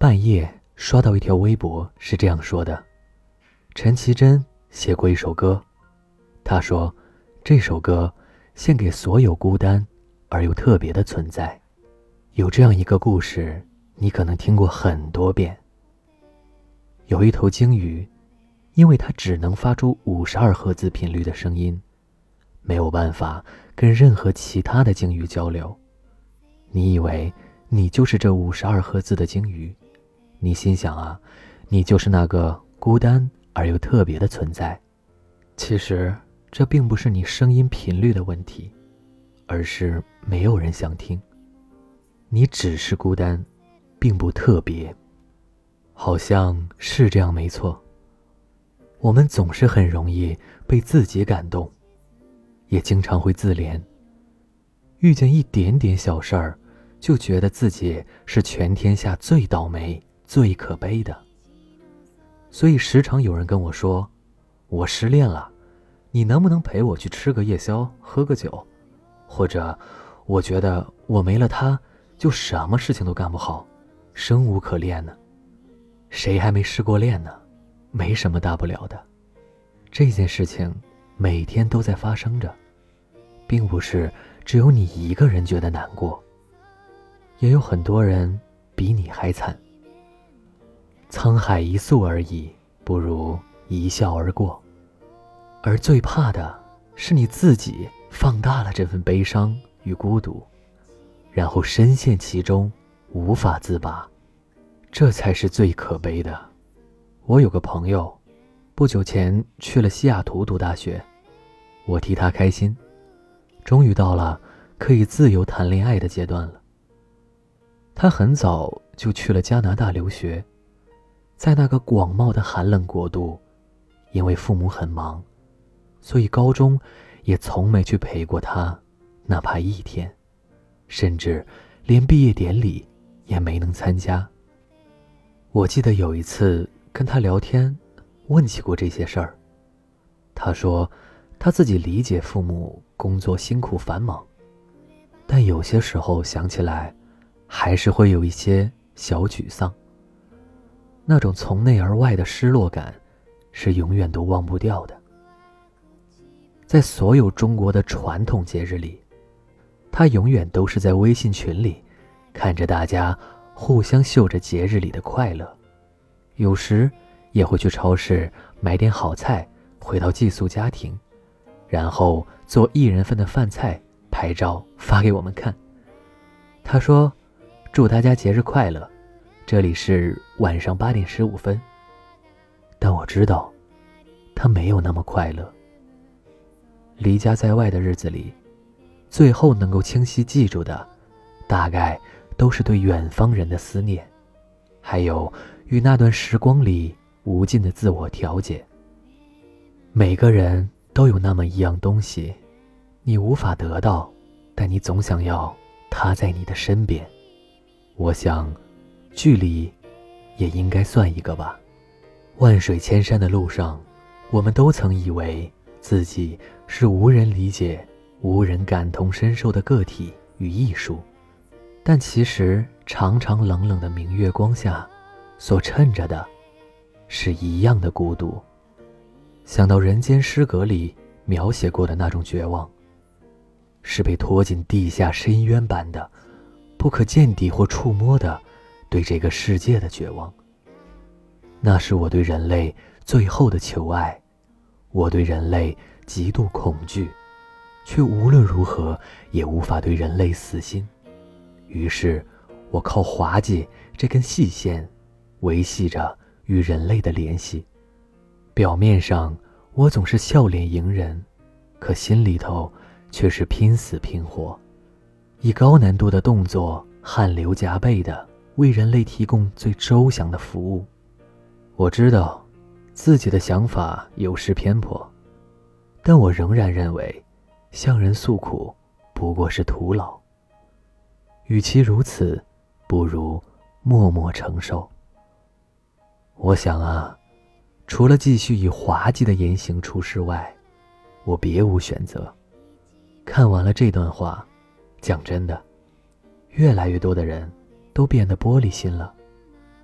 半夜刷到一条微博，是这样说的：陈绮贞写过一首歌，她说这首歌献给所有孤单而又特别的存在。有这样一个故事，你可能听过很多遍。有一头鲸鱼，因为它只能发出52赫兹频率的声音，没有办法跟任何其他的鲸鱼交流。你以为你就是这52赫兹的鲸鱼，你心想啊，你就是那个孤单而又特别的存在。其实这并不是你声音频率的问题，而是没有人想听。你只是孤单，并不特别。好像是这样没错。我们总是很容易被自己感动，也经常会自怜，遇见一点点小事儿就觉得自己是全天下最倒霉最可悲的。所以时常有人跟我说，我失恋了，你能不能陪我去吃个夜宵喝个酒？或者我觉得我没了他就什么事情都干不好，生无可恋呢。谁还没失过恋呢？没什么大不了的。这件事情每天都在发生着，并不是只有你一个人觉得难过，也有很多人比你还惨。沧海一粟而已，不如一笑而过。而最怕的是你自己放大了这份悲伤与孤独，然后深陷其中无法自拔，这才是最可悲的。我有个朋友，不久前去了西雅图读大学，我替他开心，终于到了可以自由谈恋爱的阶段了。他很早就去了加拿大留学，在那个广袤的寒冷国度，因为父母很忙，所以高中也从没去陪过他，哪怕一天，甚至连毕业典礼也没能参加。我记得有一次跟他聊天，问起过这些事儿。他说他自己理解父母工作辛苦繁忙，但有些时候想起来还是会有一些小沮丧。那种从内而外的失落感是永远都忘不掉的。在所有中国的传统节日里，他永远都是在微信群里看着大家互相秀着节日里的快乐，有时也会去超市买点好菜回到寄宿家庭，然后做1人份的饭菜拍照发给我们看。他说祝大家节日快乐，这里是晚上8点15分。但我知道他没有那么快乐。离家在外的日子里，最后能够清晰记住的大概都是对远方人的思念，还有与那段时光里无尽的自我调节。每个人都有那么一样东西，你无法得到，但你总想要他在你的身边。我想距离也应该算一个吧。万水千山的路上，我们都曾以为自己是无人理解无人感同身受的个体与艺术，但其实常常冷冷的明月光下所衬着的是一样的孤独。想到人间失格里描写过的那种绝望，是被拖进地下深渊般的不可见底或触摸的对这个世界的绝望。那是我对人类最后的求爱，我对人类极度恐惧，却无论如何也无法对人类死心。于是我靠滑稽这根细线维系着与人类的联系。表面上我总是笑脸迎人，可心里头却是拼死拼活，以高难度的动作汗流浃背的为人类提供最周详的服务。我知道自己的想法有失偏颇，但我仍然认为向人诉苦不过是徒劳。与其如此，不如默默承受。我想啊，除了继续以滑稽的言行出世外，我别无选择。看完了这段话，讲真的，越来越多的人都变得玻璃心了。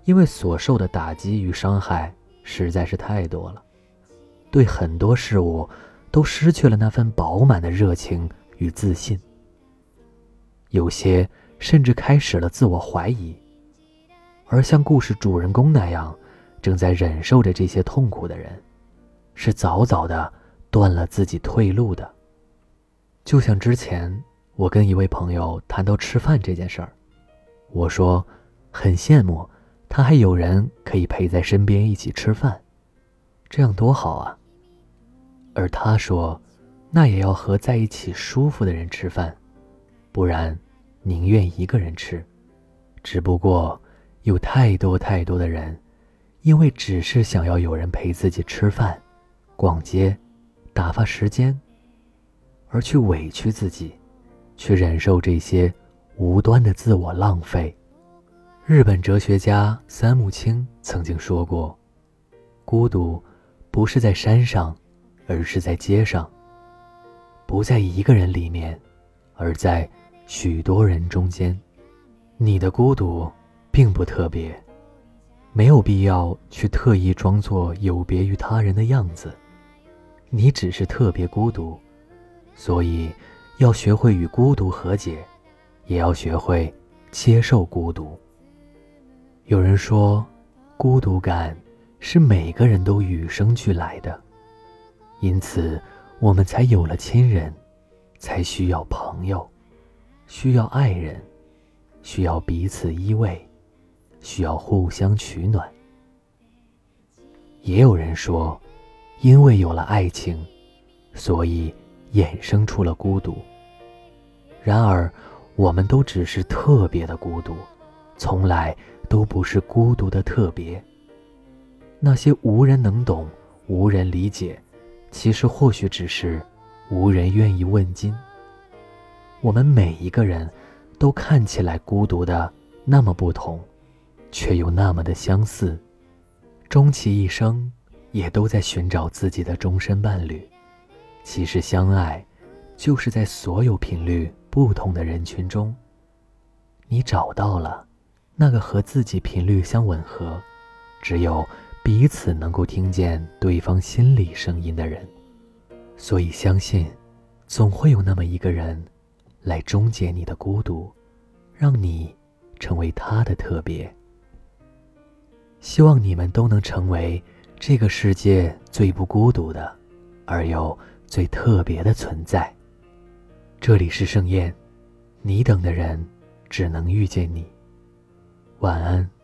因为所受的打击与伤害实在是太多了，对很多事物都失去了那份饱满的热情与自信，有些甚至开始了自我怀疑。而像故事主人公那样正在忍受着这些痛苦的人，是早早的断了自己退路的。就像之前我跟一位朋友谈到吃饭这件事儿，我说很羡慕他还有人可以陪在身边一起吃饭，这样多好啊。而他说，那也要和在一起舒服的人吃饭，不然宁愿一个人吃。只不过有太多太多的人，因为只是想要有人陪自己吃饭、逛街、打发时间，而去委屈自己，去忍受这些无端的自我浪费。日本哲学家三木清曾经说过，孤独不是在山上，而是在街上；不在一个人里面，而在许多人中间。你的孤独并不特别，没有必要去特意装作有别于他人的样子。你只是特别孤独，所以要学会与孤独和解，也要学会接受孤独。有人说，孤独感是每个人都与生俱来的，因此我们才有了亲人，才需要朋友，需要爱人，需要彼此依偎，需要互相取暖。也有人说，因为有了爱情，所以衍生出了孤独。然而我们都只是特别的孤独，从来都不是孤独的特别。那些无人能懂、无人理解，其实或许只是无人愿意问津。我们每一个人都看起来孤独的那么不同，却又那么的相似，终其一生也都在寻找自己的终身伴侣。其实相爱就是在所有频率不同的人群中，你找到了那个和自己频率相吻合，只有彼此能够听见对方心里声音的人。所以相信总会有那么一个人来终结你的孤独，让你成为他的特别。希望你们都能成为这个世界最不孤独的，而又最特别的存在。这里是盛宴，你等的人只能遇见你。晚安。